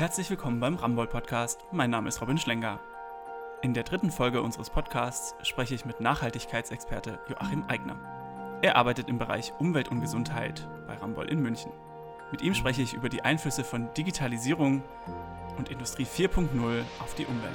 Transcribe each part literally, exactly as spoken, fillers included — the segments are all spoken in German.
Herzlich willkommen beim Ramboll-Podcast. Mein Name ist Robin Schlenker. In der dritten Folge unseres Podcasts spreche ich mit Nachhaltigkeitsexperte Joachim Eigner. Er arbeitet im Bereich Umwelt und Gesundheit bei Ramboll in München. Mit ihm spreche ich über die Einflüsse von Digitalisierung und Industrie vier Punkt null auf die Umwelt.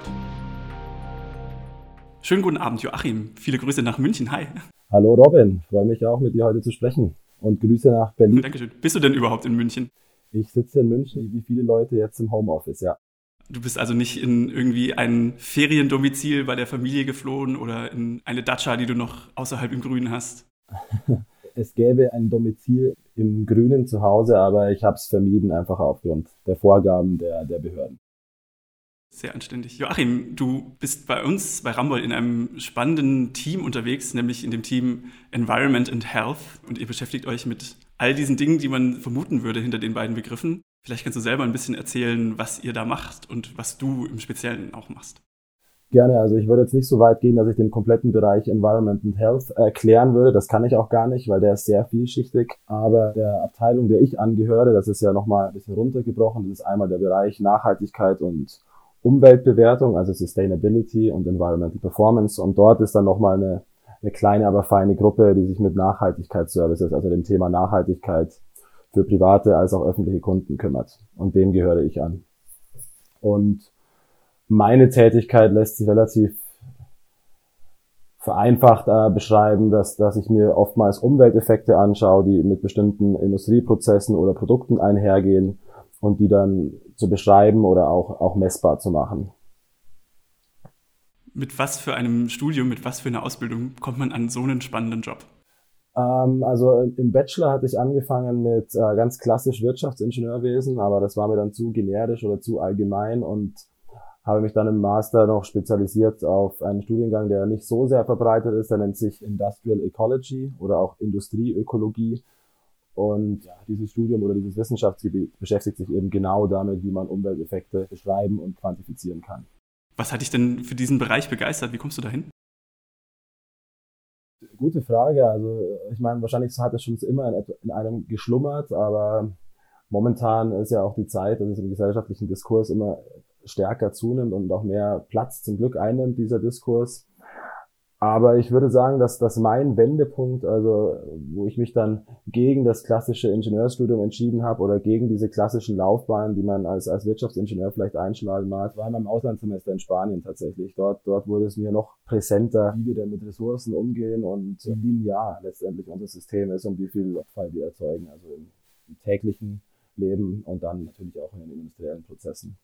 Schönen guten Abend, Joachim. Viele Grüße nach München. Hi. Hallo Robin, freue mich auch, mit dir heute zu sprechen. Und Grüße nach Berlin. Dankeschön. Bist du denn überhaupt in München? Ich sitze in München, wie viele Leute jetzt im Homeoffice, ja. Du bist also nicht in irgendwie ein Feriendomizil bei der Familie geflohen oder in eine Datscha, die du noch außerhalb im Grünen hast? Es gäbe ein Domizil im Grünen zu Hause, aber ich habe es vermieden, einfach aufgrund der Vorgaben der, der Behörden. Sehr anständig. Joachim, du bist bei uns bei Ramboll in einem spannenden Team unterwegs, nämlich in dem Team Environment and Health. Und ihr beschäftigt euch mit all diesen Dingen, die man vermuten würde hinter den beiden Begriffen. Vielleicht kannst du selber ein bisschen erzählen, was ihr da macht und was du im Speziellen auch machst. Gerne, also ich würde jetzt nicht so weit gehen, dass ich den kompletten Bereich Environment and Health erklären würde. Das kann ich auch gar nicht, weil der ist sehr vielschichtig. Aber der Abteilung, der ich angehöre, das ist ja nochmal ein bisschen runtergebrochen. Das ist einmal der Bereich Nachhaltigkeit und Umweltbewertung, also Sustainability und Environmental Performance. Und dort ist dann nochmal eine, eine kleine, aber feine Gruppe, die sich mit Nachhaltigkeitsservices, also dem Thema Nachhaltigkeit für private als auch öffentliche Kunden kümmert. Und dem gehöre ich an. Und meine Tätigkeit lässt sich relativ vereinfacht äh, beschreiben, dass, dass ich mir oftmals Umwelteffekte anschaue, die mit bestimmten Industrieprozessen oder Produkten einhergehen und die dann zu beschreiben oder auch, auch messbar zu machen. Mit was für einem Studium, mit was für einer Ausbildung kommt man an so einen spannenden Job? Ähm, also im Bachelor hatte ich angefangen mit äh, ganz klassisch Wirtschaftsingenieurwesen, aber das war mir dann zu generisch oder zu allgemein und habe mich dann im Master noch spezialisiert auf einen Studiengang, der nicht so sehr verbreitet ist. Der nennt sich Industrial Ecology oder auch Industrieökologie. Und ja, dieses Studium oder dieses Wissenschaftsgebiet beschäftigt sich eben genau damit, wie man Umwelteffekte beschreiben und quantifizieren kann. Was hat dich denn für diesen Bereich begeistert? Wie kommst du dahin? Gute Frage. Also ich meine, wahrscheinlich hat es schon immer in, in einem geschlummert, aber momentan ist ja auch die Zeit, dass es im gesellschaftlichen Diskurs immer stärker zunimmt und auch mehr Platz zum Glück einnimmt, dieser Diskurs. Aber ich würde sagen, dass, dass mein Wendepunkt, also wo ich mich dann gegen das klassische Ingenieurstudium entschieden habe oder gegen diese klassischen Laufbahnen, die man als, als Wirtschaftsingenieur vielleicht einschlagen mag, war in meinem Auslandssemester in Spanien tatsächlich. Dort, dort wurde es mir noch präsenter, wie wir denn mit Ressourcen umgehen und wie linear letztendlich unser System ist und wie viel Abfall wir erzeugen, also im, im täglichen Leben und dann natürlich auch in den industriellen Prozessen.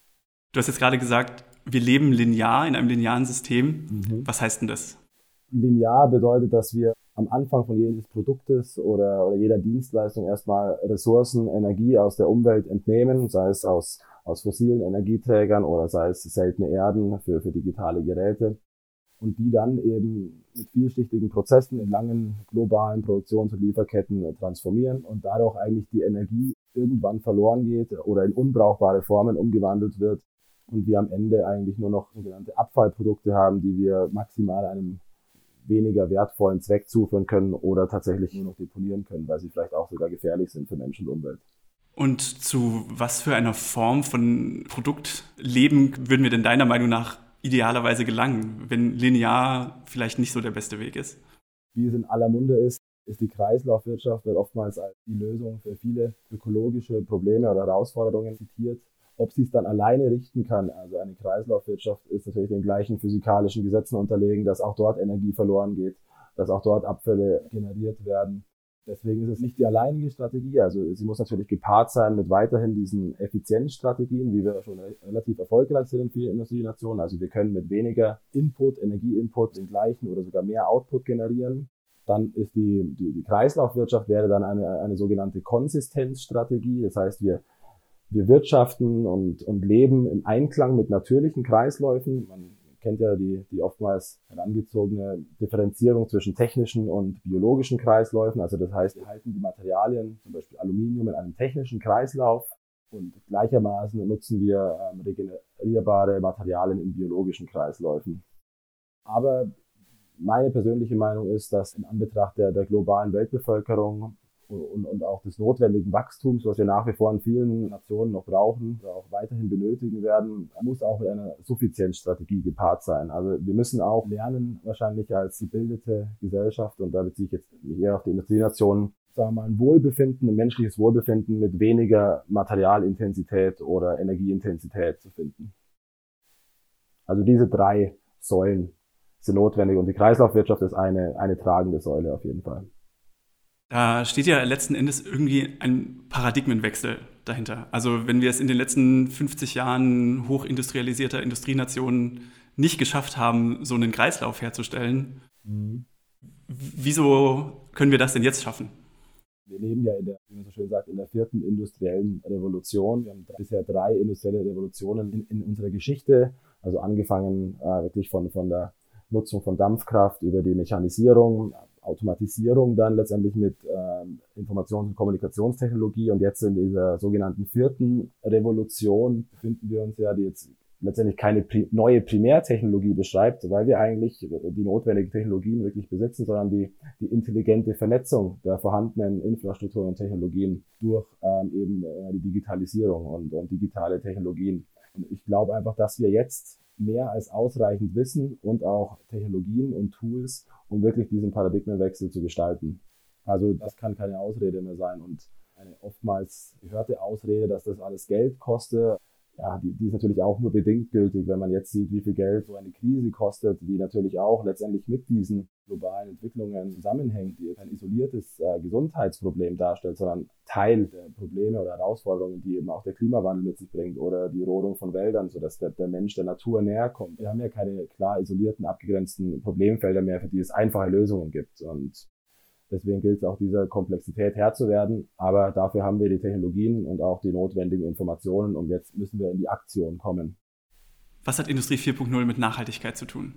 Du hast jetzt gerade gesagt, wir leben linear in einem linearen System. Mhm. Was heißt denn das? Linear bedeutet, dass wir am Anfang von jedes Produktes oder, oder jeder Dienstleistung erstmal Ressourcen, Energie aus der Umwelt entnehmen, sei es aus, aus fossilen Energieträgern oder sei es seltene Erden für, für digitale Geräte. Und die dann eben mit vielschichtigen Prozessen in langen globalen Produktions- und Lieferketten transformieren und dadurch eigentlich die Energie irgendwann verloren geht oder in unbrauchbare Formen umgewandelt wird und wir am Ende eigentlich nur noch sogenannte Abfallprodukte haben, die wir maximal einem weniger wertvollen Zweck zuführen können oder tatsächlich nur noch deponieren können, weil sie vielleicht auch sogar gefährlich sind für Mensch und Umwelt. Und zu was für einer Form von Produktleben würden wir denn deiner Meinung nach idealerweise gelangen, wenn linear vielleicht nicht so der beste Weg ist? Wie es in aller Munde ist, ist die Kreislaufwirtschaft, wird oftmals als die Lösung für viele ökologische Probleme oder Herausforderungen zitiert. Ob sie es dann alleine richten kann, also eine Kreislaufwirtschaft ist natürlich den gleichen physikalischen Gesetzen unterlegen, dass auch dort Energie verloren geht, dass auch dort Abfälle generiert werden. Deswegen ist es nicht die alleinige Strategie, also sie muss natürlich gepaart sein mit weiterhin diesen Effizienzstrategien, wie wir schon relativ erfolgreich sind in vielen Industrienationen. Also wir können mit weniger Input, Energieinput den gleichen oder sogar mehr Output generieren. Dann ist die, die, die Kreislaufwirtschaft wäre dann eine, eine sogenannte Konsistenzstrategie, das heißt wir Wir wirtschaften und, und leben im Einklang mit natürlichen Kreisläufen. Man kennt ja die, die oftmals herangezogene Differenzierung zwischen technischen und biologischen Kreisläufen. Also das heißt, wir halten die Materialien, zum Beispiel Aluminium, in einem technischen Kreislauf und gleichermaßen nutzen wir ähm, regenerierbare Materialien in biologischen Kreisläufen. Aber meine persönliche Meinung ist, dass in Anbetracht der, der globalen Weltbevölkerung und, und auch des notwendigen Wachstums, was wir nach wie vor in vielen Nationen noch brauchen, oder auch weiterhin benötigen werden, muss auch mit einer Suffizienzstrategie gepaart sein. Also wir müssen auch lernen, wahrscheinlich als gebildete Gesellschaft, und da beziehe ich jetzt eher auf die Industrienationen, sagen wir mal, ein Wohlbefinden, ein menschliches Wohlbefinden mit weniger Materialintensität oder Energieintensität zu finden. Also diese drei Säulen sind notwendig und die Kreislaufwirtschaft ist eine, eine tragende Säule auf jeden Fall. Da steht ja letzten Endes irgendwie ein Paradigmenwechsel dahinter. Also wenn wir es in den letzten fünfzig Jahren hochindustrialisierter Industrienationen nicht geschafft haben, so einen Kreislauf herzustellen, mhm. wieso können wir das denn jetzt schaffen? Wir leben ja in der, wie man so schön sagt, in der vierten industriellen Revolution. Wir haben bisher drei industrielle Revolutionen in, in unserer Geschichte, also angefangen äh, wirklich von, von der Nutzung von Dampfkraft über die Mechanisierung, Automatisierung dann letztendlich mit äh, Informations- und Kommunikationstechnologie und jetzt in dieser sogenannten vierten Revolution befinden wir uns ja, die jetzt letztendlich keine pri- neue Primärtechnologie beschreibt, weil wir eigentlich die notwendigen Technologien wirklich besitzen, sondern die, die intelligente Vernetzung der vorhandenen Infrastrukturen und Technologien durch ähm, eben äh, die Digitalisierung und, und digitale Technologien. Und ich glaube einfach, dass wir jetzt mehr als ausreichend Wissen und auch Technologien und Tools, um wirklich diesen Paradigmenwechsel zu gestalten. Also das kann keine Ausrede mehr sein und eine oftmals gehörte Ausrede, dass das alles Geld koste, ja, die, die ist natürlich auch nur bedingt gültig, wenn man jetzt sieht, wie viel Geld so eine Krise kostet, die natürlich auch letztendlich mit diesen globalen Entwicklungen zusammenhängt, die kein isoliertes äh, Gesundheitsproblem darstellt, sondern Teil der Probleme oder Herausforderungen, die eben auch der Klimawandel mit sich bringt oder die Rodung von Wäldern, sodass der, der Mensch der Natur näher kommt. Wir haben ja keine klar isolierten, abgegrenzten Problemfelder mehr, für die es einfache Lösungen gibt. Und deswegen gilt es auch, dieser Komplexität Herr zu werden. Aber dafür haben wir die Technologien und auch die notwendigen Informationen. Und jetzt müssen wir in die Aktion kommen. Was hat Industrie vier Punkt null mit Nachhaltigkeit zu tun?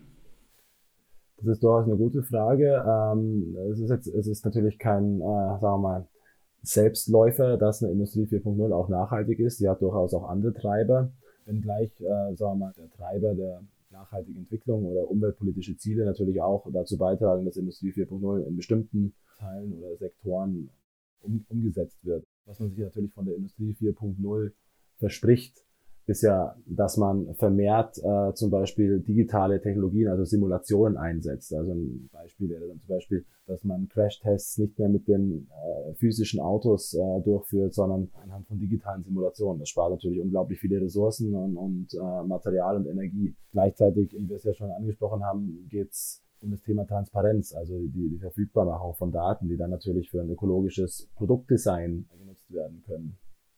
Das ist durchaus eine gute Frage. Ähm, es ist jetzt, es ist natürlich kein, äh, sagen wir mal, Selbstläufer, dass eine Industrie vier Punkt null auch nachhaltig ist. Sie hat durchaus auch andere Treiber. Wenngleich, äh, sagen wir mal, der Treiber der nachhaltige Entwicklung oder umweltpolitische Ziele natürlich auch dazu beitragen, dass Industrie vier Punkt null in bestimmten Teilen oder Sektoren um, umgesetzt wird. Was man sich natürlich von der Industrie vier Punkt null verspricht, ist ja, dass man vermehrt äh, zum Beispiel digitale Technologien, also Simulationen einsetzt. Also ein Beispiel wäre dann zum Beispiel, dass man Crashtests nicht mehr mit den äh, physischen Autos äh, durchführt, sondern anhand von digitalen Simulationen. Das spart natürlich unglaublich viele Ressourcen und, und äh, Material und Energie. Gleichzeitig, wie wir es ja schon angesprochen haben, geht es um das Thema Transparenz, also die, die Verfügbarmachung von Daten, die dann natürlich für ein ökologisches Produktdesign genutzt werden können.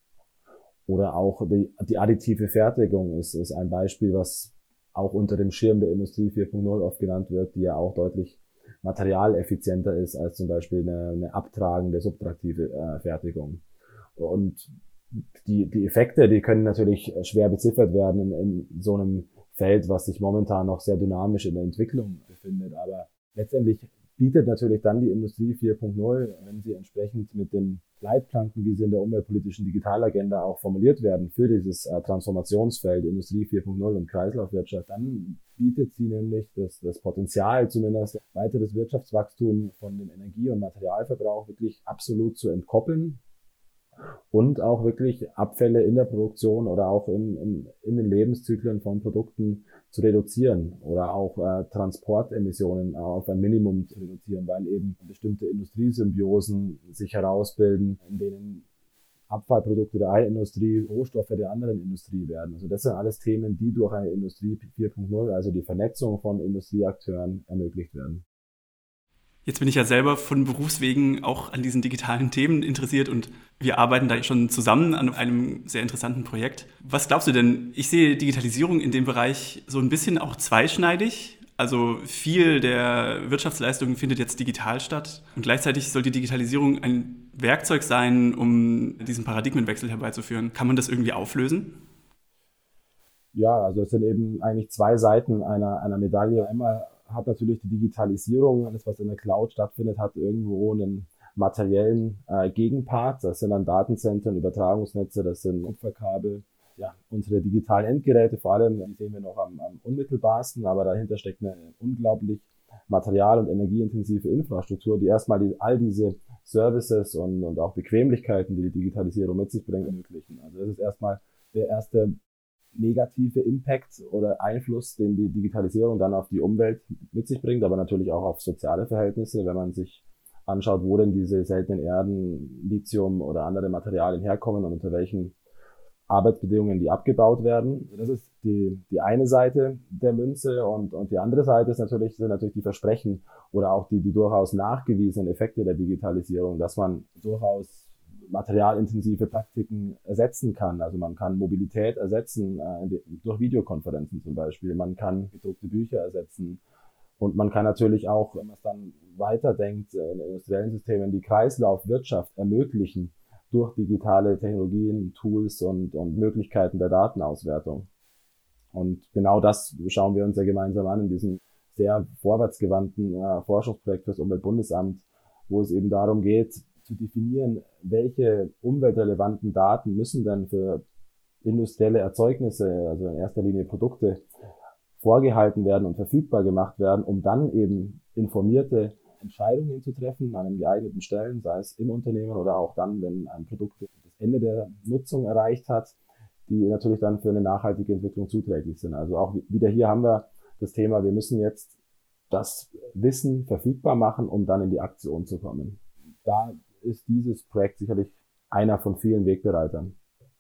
Oder auch die, die additive Fertigung ist, ist ein Beispiel, was auch unter dem Schirm der Industrie vier Punkt null oft genannt wird, die ja auch deutlich materialeffizienter ist als zum Beispiel eine, eine abtragende, subtraktive äh, Fertigung. Und die, die Effekte, die können natürlich schwer beziffert werden in, in so einem Feld, was sich momentan noch sehr dynamisch in der Entwicklung befindet. Aber letztendlich bietet natürlich dann die Industrie vier Punkt null, wenn sie entsprechend mit den Leitplanken, wie sie in der umweltpolitischen Digitalagenda auch formuliert werden, für dieses äh, Transformationsfeld Industrie vier Punkt null und Kreislaufwirtschaft, dann bietet sie nämlich das, das Potenzial, zumindest weiteres Wirtschaftswachstum von dem Energie- und Materialverbrauch wirklich absolut zu entkoppeln und auch wirklich Abfälle in der Produktion oder auch in, in, in den Lebenszyklen von Produkten zu reduzieren oder auch äh, Transportemissionen auf ein Minimum zu reduzieren, weil eben bestimmte Industriesymbiosen sich herausbilden, in denen Abfallprodukte der einen Industrie Rohstoffe der anderen Industrie werden. Also das sind alles Themen, die durch eine Industrie vier Punkt null, also die Vernetzung von Industrieakteuren, ermöglicht werden. Jetzt bin ich ja selber von Berufswegen auch an diesen digitalen Themen interessiert und wir arbeiten da schon zusammen an einem sehr interessanten Projekt. Was glaubst du denn? Ich sehe Digitalisierung in dem Bereich so ein bisschen auch zweischneidig. Also viel der Wirtschaftsleistung findet jetzt digital statt und gleichzeitig soll die Digitalisierung ein Werkzeug sein, um diesen Paradigmenwechsel herbeizuführen. Kann man das irgendwie auflösen? Ja, also es sind eben eigentlich zwei Seiten einer, einer Medaille. Einmal hat natürlich die Digitalisierung, alles was in der Cloud stattfindet, hat irgendwo einen materiellen äh, Gegenpart. Das sind dann Datenzentren, Übertragungsnetze, das sind Kupferkabel. Ja, unsere digitalen Endgeräte vor allem, die sehen wir noch am, am unmittelbarsten, aber dahinter steckt eine unglaublich material- und energieintensive Infrastruktur, die erstmal die, all diese Services und, und auch Bequemlichkeiten, die die Digitalisierung mit sich bringt, ermöglichen. Also das ist erstmal der erste negative Impact oder Einfluss, den die Digitalisierung dann auf die Umwelt mit sich bringt, aber natürlich auch auf soziale Verhältnisse, wenn man sich anschaut, wo denn diese seltenen Erden, Lithium oder andere Materialien herkommen und unter welchen Arbeitsbedingungen die abgebaut werden. Das ist die, die eine Seite der Münze und, und die andere Seite ist natürlich, sind natürlich die Versprechen oder auch die, die durchaus nachgewiesenen Effekte der Digitalisierung, dass man durchaus materialintensive Praktiken ersetzen kann. Also man kann Mobilität ersetzen äh, durch Videokonferenzen zum Beispiel. Man kann gedruckte Bücher ersetzen. Und man kann natürlich auch, wenn man es dann weiterdenkt, in industriellen Systemen die Kreislaufwirtschaft ermöglichen durch digitale Technologien, Tools und, und Möglichkeiten der Datenauswertung. Und genau das schauen wir uns ja gemeinsam an in diesem sehr vorwärtsgewandten äh, Forschungsprojekt fürs Umweltbundesamt, wo es eben darum geht, zu definieren, welche umweltrelevanten Daten müssen denn für industrielle Erzeugnisse, also in erster Linie Produkte, vorgehalten werden und verfügbar gemacht werden, um dann eben informierte Entscheidungen zu treffen an den geeigneten Stellen, sei es im Unternehmen oder auch dann, wenn ein Produkt das Ende der Nutzung erreicht hat, die natürlich dann für eine nachhaltige Entwicklung zuträglich sind. Also auch wieder hier haben wir das Thema, wir müssen jetzt das Wissen verfügbar machen, um dann in die Aktion zu kommen. Da ist dieses Projekt sicherlich einer von vielen Wegbereitern.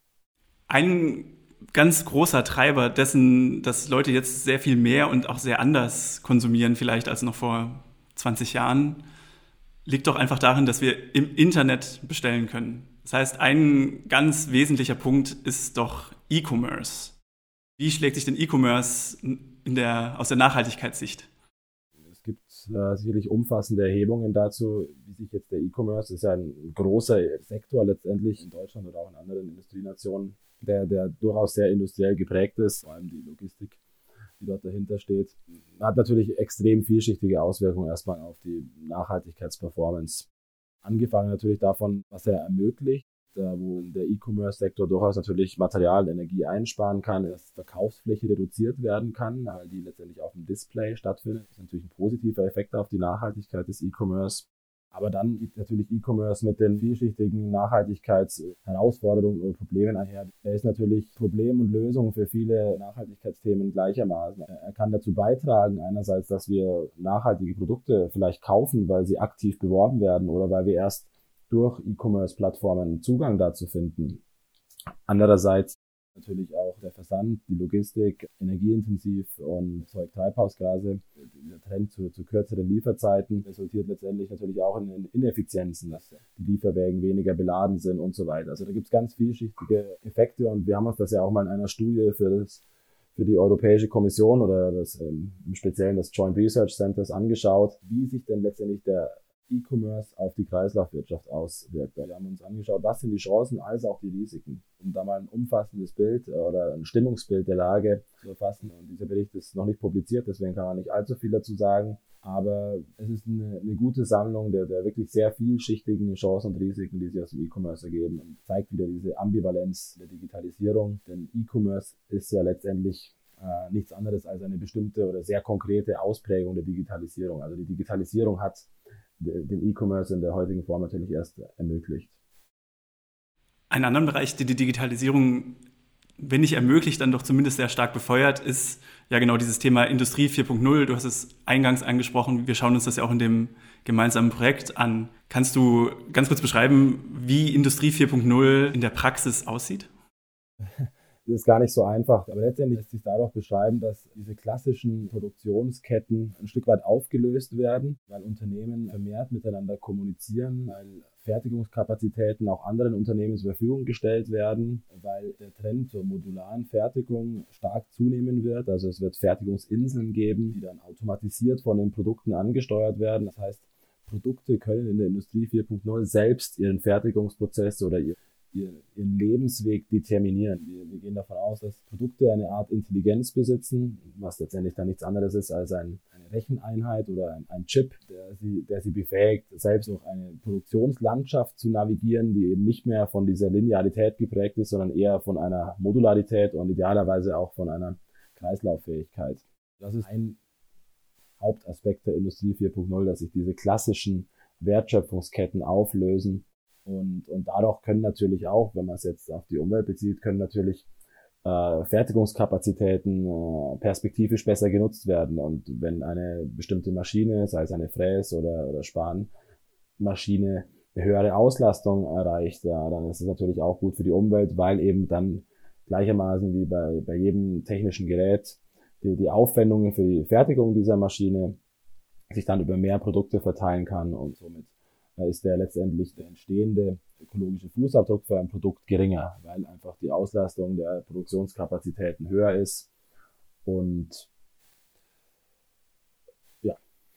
Ein ganz großer Treiber dessen, dass Leute jetzt sehr viel mehr und auch sehr anders konsumieren vielleicht als noch vor zwanzig Jahren, liegt doch einfach darin, dass wir im Internet bestellen können. Das heißt, ein ganz wesentlicher Punkt ist doch E-Commerce. Wie schlägt sich denn E-Commerce in der, aus der Nachhaltigkeitssicht? Es gibt äh, sicherlich umfassende Erhebungen dazu, wie sich jetzt der E-Commerce, ist ja ein großer Sektor letztendlich in Deutschland oder auch in anderen Industrienationen, der, der durchaus sehr industriell geprägt ist, vor allem die Logistik, die dort dahinter steht, hat natürlich extrem vielschichtige Auswirkungen erstmal auf die Nachhaltigkeitsperformance. Angefangen natürlich davon, was er ermöglicht, da wo der E-Commerce-Sektor durchaus natürlich Material und Energie einsparen kann, dass Verkaufsfläche reduziert werden kann, weil die letztendlich auf dem Display stattfindet. Das ist natürlich ein positiver Effekt auf die Nachhaltigkeit des E-Commerce. Aber dann geht natürlich E-Commerce mit den vielschichtigen Nachhaltigkeitsherausforderungen oder Problemen einher. Er ist natürlich Problem und Lösung für viele Nachhaltigkeitsthemen gleichermaßen. Er kann dazu beitragen, einerseits, dass wir nachhaltige Produkte vielleicht kaufen, weil sie aktiv beworben werden oder weil wir erst durch E-Commerce-Plattformen Zugang dazu finden. Andererseits natürlich auch der Versand, die Logistik, energieintensiv und erzeugt Treibhausgase. Der Trend zu, zu kürzeren Lieferzeiten resultiert letztendlich natürlich auch in Ineffizienzen, dass die Lieferwägen weniger beladen sind und so weiter. Also da gibt es ganz vielschichtige Effekte und wir haben uns das ja auch mal in einer Studie für das für die Europäische Kommission oder das, ähm, im Speziellen das Joint Research Centers angeschaut, wie sich denn letztendlich der E-Commerce auf die Kreislaufwirtschaft auswirkt. Wir haben uns angeschaut, was sind die Chancen als auch die Risiken, um da mal ein umfassendes Bild oder ein Stimmungsbild der Lage zu erfassen. Und dieser Bericht ist noch nicht publiziert, deswegen kann man nicht allzu viel dazu sagen. Aber es ist eine, eine gute Sammlung der, der wirklich sehr vielschichtigen Chancen und Risiken, die sich aus dem E-Commerce ergeben und zeigt wieder diese Ambivalenz der Digitalisierung. Denn E-Commerce ist ja letztendlich äh, nichts anderes als eine bestimmte oder sehr konkrete Ausprägung der Digitalisierung. Also die Digitalisierung hat den E-Commerce in der heutigen Form natürlich erst ermöglicht. Ein anderer Bereich, der die Digitalisierung, wenn nicht ermöglicht, dann doch zumindest sehr stark befeuert, ist ja genau dieses Thema Industrie vier Punkt null. Du hast es eingangs angesprochen. Wir schauen uns das ja auch in dem gemeinsamen Projekt an. Kannst du ganz kurz beschreiben, wie Industrie vier Punkt null in der Praxis aussieht? Das ist gar nicht so einfach, aber letztendlich lässt sich dadurch beschreiben, dass diese klassischen Produktionsketten ein Stück weit aufgelöst werden, weil Unternehmen vermehrt miteinander kommunizieren, weil Fertigungskapazitäten auch anderen Unternehmen zur Verfügung gestellt werden, weil der Trend zur modularen Fertigung stark zunehmen wird. Also es wird Fertigungsinseln geben, die dann automatisiert von den Produkten angesteuert werden. Das heißt, Produkte können in der Industrie vier Punkt null selbst ihren Fertigungsprozess oder ihr ihren Lebensweg determinieren. Wir, wir gehen davon aus, dass Produkte eine Art Intelligenz besitzen, was letztendlich dann nichts anderes ist als ein, eine Recheneinheit oder ein, ein Chip, der sie, der sie befähigt, selbst durch eine Produktionslandschaft zu navigieren, die eben nicht mehr von dieser Linearität geprägt ist, sondern eher von einer Modularität und idealerweise auch von einer Kreislauffähigkeit. Das ist ein Hauptaspekt der Industrie vier Punkt null, dass sich diese klassischen Wertschöpfungsketten auflösen. Und, und dadurch können natürlich auch, wenn man es jetzt auf die Umwelt bezieht, können natürlich äh, Fertigungskapazitäten äh, perspektivisch besser genutzt werden. Und wenn eine bestimmte Maschine, sei es eine Fräs- oder, oder Spanmaschine, eine höhere Auslastung erreicht, ja, dann ist es natürlich auch gut für die Umwelt, weil eben dann gleichermaßen wie bei, bei jedem technischen Gerät die, die Aufwendungen für die Fertigung dieser Maschine sich dann über mehr Produkte verteilen kann und somit ist der letztendlich der entstehende ökologische Fußabdruck für ein Produkt geringer, weil einfach die Auslastung der Produktionskapazitäten höher ist und ja.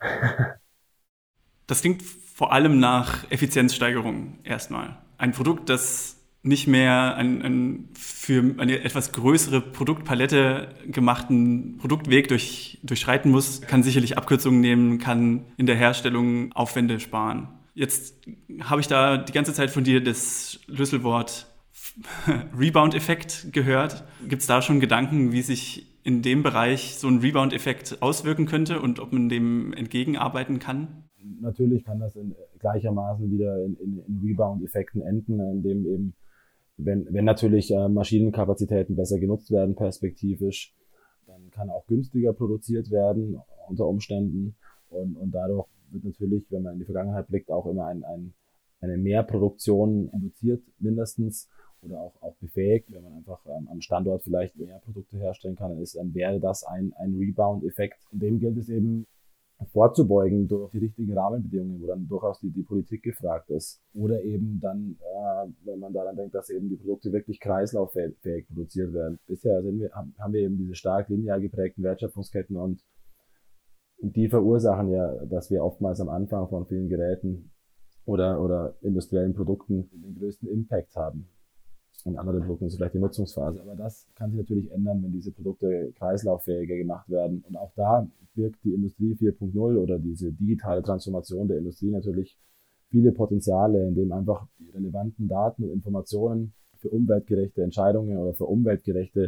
Das klingt vor allem nach Effizienzsteigerung erstmal. Ein Produkt, das nicht mehr einen, einen für eine etwas größere Produktpalette gemachten Produktweg durch, durchschreiten muss, kann sicherlich Abkürzungen nehmen, kann in der Herstellung Aufwände sparen. Jetzt habe ich da die ganze Zeit von dir das Schlüsselwort Rebound-Effekt gehört. Gibt es da schon Gedanken, wie sich in dem Bereich so ein Rebound-Effekt auswirken könnte und ob man dem entgegenarbeiten kann? Natürlich kann das in gleichermaßen wieder in, in, in Rebound-Effekten enden, indem eben, wenn, wenn natürlich äh, Maschinenkapazitäten besser genutzt werden perspektivisch, dann kann auch günstiger produziert werden unter Umständen und, und dadurch wird natürlich, wenn man in die Vergangenheit blickt, auch immer ein, ein, eine Mehrproduktion induziert mindestens oder auch, auch befähigt, wenn man einfach ähm, am Standort vielleicht mehr Produkte herstellen kann, dann, ist, dann wäre das ein, ein Rebound-Effekt. Und dem gilt es eben vorzubeugen durch die richtigen Rahmenbedingungen, wo dann durchaus die, die Politik gefragt ist. Oder eben dann, äh, wenn man daran denkt, dass eben die Produkte wirklich kreislauffähig produziert werden. Bisher sind wir, haben wir eben diese stark linear geprägten Wertschöpfungsketten und die verursachen ja, dass wir oftmals am Anfang von vielen Geräten oder, oder industriellen Produkten den größten Impact haben. In anderen Produkten ist vielleicht die Nutzungsphase. Aber das kann sich natürlich ändern, wenn diese Produkte kreislauffähiger gemacht werden. Und auch da birgt die Industrie vier Punkt null oder diese digitale Transformation der Industrie natürlich viele Potenziale, indem einfach die relevanten Daten und Informationen für umweltgerechte Entscheidungen oder für umweltgerechte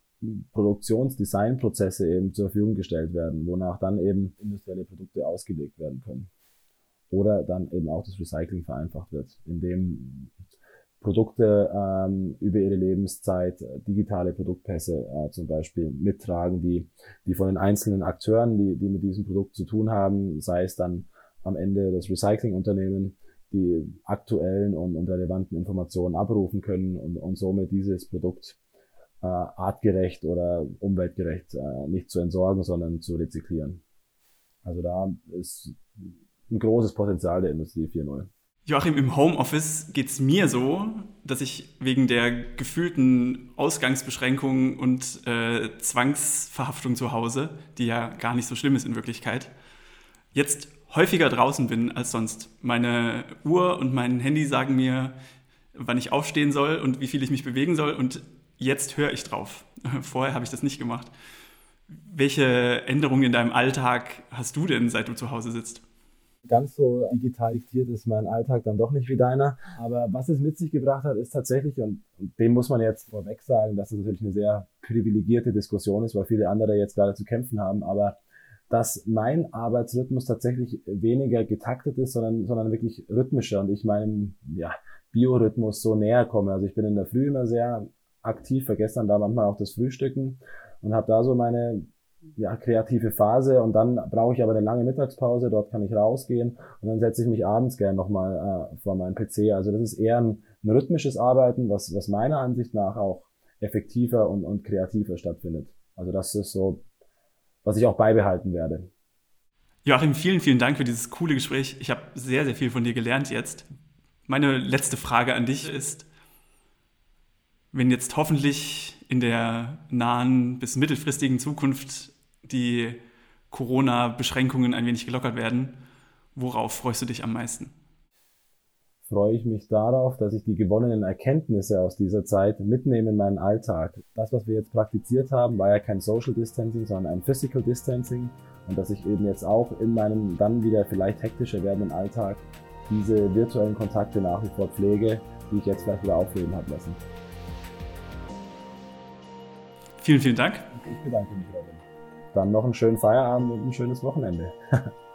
Produktionsdesignprozesse eben zur Verfügung gestellt werden, wonach dann eben industrielle Produkte ausgelegt werden können. Oder dann eben auch das Recycling vereinfacht wird, indem Produkte ähm, über ihre Lebenszeit digitale Produktpässe äh, zum Beispiel mittragen, die die von den einzelnen Akteuren, die die mit diesem Produkt zu tun haben, sei es dann am Ende das Recyclingunternehmen, die aktuellen und, und relevanten Informationen abrufen können und, und somit dieses Produkt äh, artgerecht oder umweltgerecht äh, nicht zu entsorgen, sondern zu rezyklieren. Also da ist ein großes Potenzial der Industrie vier Punkt null. Joachim, im Homeoffice geht's mir so, dass ich wegen der gefühlten Ausgangsbeschränkungen und äh, Zwangsverhaftung zu Hause, die ja gar nicht so schlimm ist in Wirklichkeit, jetzt häufiger draußen bin als sonst. Meine Uhr und mein Handy sagen mir, wann ich aufstehen soll und wie viel ich mich bewegen soll, und jetzt höre ich drauf. Vorher habe ich das nicht gemacht. Welche Änderungen in deinem Alltag hast du denn, seit du zu Hause sitzt? Ganz so digital diktiert ist mein Alltag dann doch nicht wie deiner. Aber was es mit sich gebracht hat, ist tatsächlich, und, und dem muss man jetzt vorweg sagen, dass es natürlich eine sehr privilegierte Diskussion ist, weil viele andere jetzt gerade zu kämpfen haben, aber dass mein Arbeitsrhythmus tatsächlich weniger getaktet ist, sondern, sondern wirklich rhythmischer und ich meinem ja, Biorhythmus so näher komme. Also ich bin in der Früh immer sehr aktiv, vergesse dann da manchmal auch das Frühstücken und habe da so meine ja, kreative Phase und dann brauche ich aber eine lange Mittagspause, dort kann ich rausgehen und dann setze ich mich abends gern nochmal äh, vor meinen P C. Also das ist eher ein, ein rhythmisches Arbeiten, was, was meiner Ansicht nach auch effektiver und, und kreativer stattfindet. Also das ist so, was ich auch beibehalten werde. Joachim, vielen, vielen Dank für dieses coole Gespräch. Ich habe sehr, sehr viel von dir gelernt jetzt. Meine letzte Frage an dich ist, wenn jetzt hoffentlich in der nahen bis mittelfristigen Zukunft die Corona-Beschränkungen ein wenig gelockert werden, worauf freust du dich am meisten? Freue ich mich darauf, dass ich die gewonnenen Erkenntnisse aus dieser Zeit mitnehme in meinen Alltag. Das, was wir jetzt praktiziert haben, war ja kein Social Distancing, sondern ein Physical Distancing. Und dass ich eben jetzt auch in meinem dann wieder vielleicht hektischer werdenden Alltag diese virtuellen Kontakte nach wie vor pflege, die ich jetzt vielleicht wieder aufleben habe lassen. Vielen, vielen Dank. Ich bedanke mich, Robin. Dann noch einen schönen Feierabend und ein schönes Wochenende.